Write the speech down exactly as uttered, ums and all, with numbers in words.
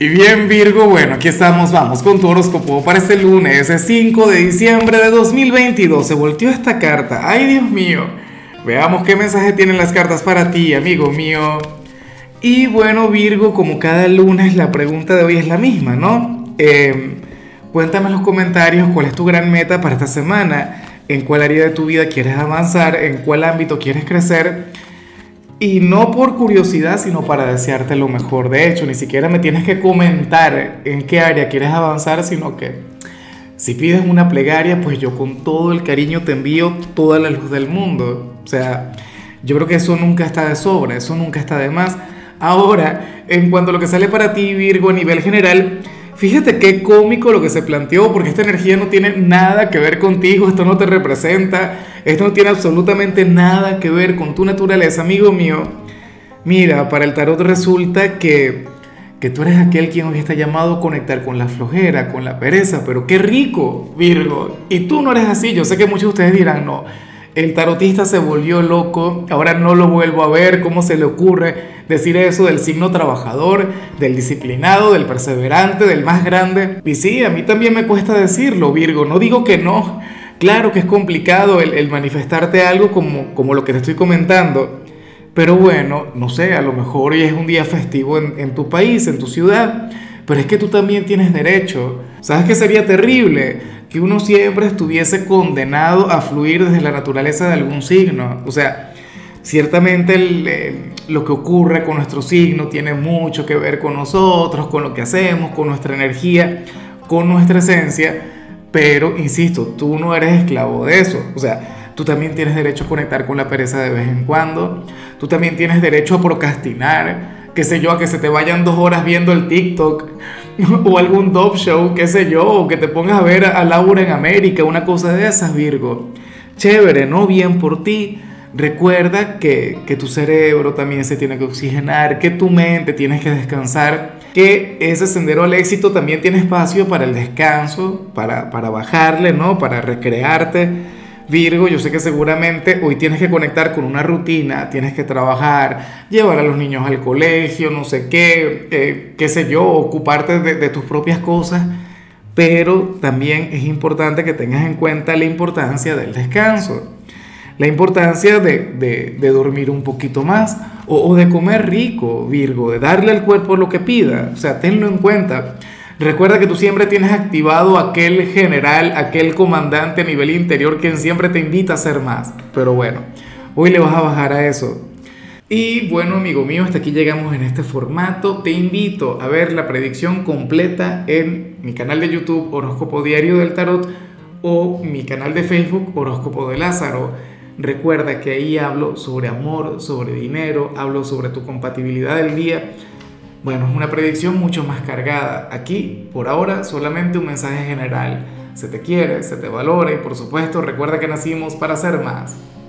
Y bien, Virgo, bueno, aquí estamos, vamos con tu horóscopo para este lunes, cinco de diciembre de dos mil veintidós. Se volteó esta carta, ay Dios mío. Veamos qué mensaje tienen las cartas para ti, amigo mío. Y bueno, Virgo, como cada lunes, la pregunta de hoy es la misma, ¿no? Eh, cuéntame en los comentarios cuál es tu gran meta para esta semana, en cuál área de tu vida quieres avanzar, en cuál ámbito quieres crecer. Y no por curiosidad, sino para desearte lo mejor. De hecho, ni siquiera me tienes que comentar en qué área quieres avanzar, sino que si pides una plegaria, pues yo con todo el cariño te envío toda la luz del mundo. O sea, yo creo que eso nunca está de sobra, eso nunca está de más. Ahora, en cuanto a lo que sale para ti, Virgo, a nivel general, fíjate qué cómico lo que se planteó, porque esta energía no tiene nada que ver contigo, esto no te representa, esto no tiene absolutamente nada que ver con tu naturaleza, amigo mío. Mira, para el tarot resulta que, que tú eres aquel quien hoy está llamado a conectar con la flojera, con la pereza, pero qué rico, Virgo. Y tú no eres así, yo sé que muchos de ustedes dirán, no, el tarotista se volvió loco, ahora no lo vuelvo a ver, ¿cómo se le ocurre decir eso del signo trabajador, del disciplinado, del perseverante, del más grande? Y sí, a mí también me cuesta decirlo, Virgo, no digo que no, claro que es complicado el, el manifestarte algo como, como lo que te estoy comentando, pero bueno, no sé, a lo mejor hoy es un día festivo en, en tu país, en tu ciudad, pero es que tú también tienes derecho. ¿Sabes qué sería terrible? Que uno siempre estuviese condenado a fluir desde la naturaleza de algún signo. O sea, ciertamente el, eh, lo que ocurre con nuestro signo tiene mucho que ver con nosotros, con lo que hacemos, con nuestra energía, con nuestra esencia, pero insisto, tú no eres esclavo de eso. O sea, tú también tienes derecho a conectar con la pereza de vez en cuando, tú también tienes derecho a procrastinar, qué sé yo, a que se te vayan dos horas viendo el TikTok o algún dog show, qué sé yo, o que te pongas a ver a Laura en América, una cosa de esas, Virgo. Chévere, ¿no? Bien por ti. Recuerda que, que tu cerebro también se tiene que oxigenar, que tu mente tienes que descansar, que ese sendero al éxito también tiene espacio para el descanso, para, para bajarle, ¿no? Para recrearte. Virgo, yo sé que seguramente hoy tienes que conectar con una rutina, tienes que trabajar, llevar a los niños al colegio, no sé qué, eh, qué sé yo, ocuparte de, de tus propias cosas, pero también es importante que tengas en cuenta la importancia del descanso, la importancia de, de, de dormir un poquito más o, o de comer rico, Virgo, de darle al cuerpo lo que pida, o sea, tenlo en cuenta. Recuerda que tú siempre tienes activado aquel general, aquel comandante a nivel interior quien siempre te invita a hacer más. Pero bueno, hoy le vas a bajar a eso. Y bueno, amigo mío, hasta aquí llegamos en este formato. Te invito a ver la predicción completa en mi canal de YouTube Horóscopo Diario del Tarot o mi canal de Facebook Horóscopo de Lázaro. Recuerda que ahí hablo sobre amor, sobre dinero, hablo sobre tu compatibilidad del día. Bueno, es una predicción mucho más cargada. Aquí, por ahora, solamente un mensaje general. Se te quiere, se te valora y por supuesto recuerda que nacimos para ser más.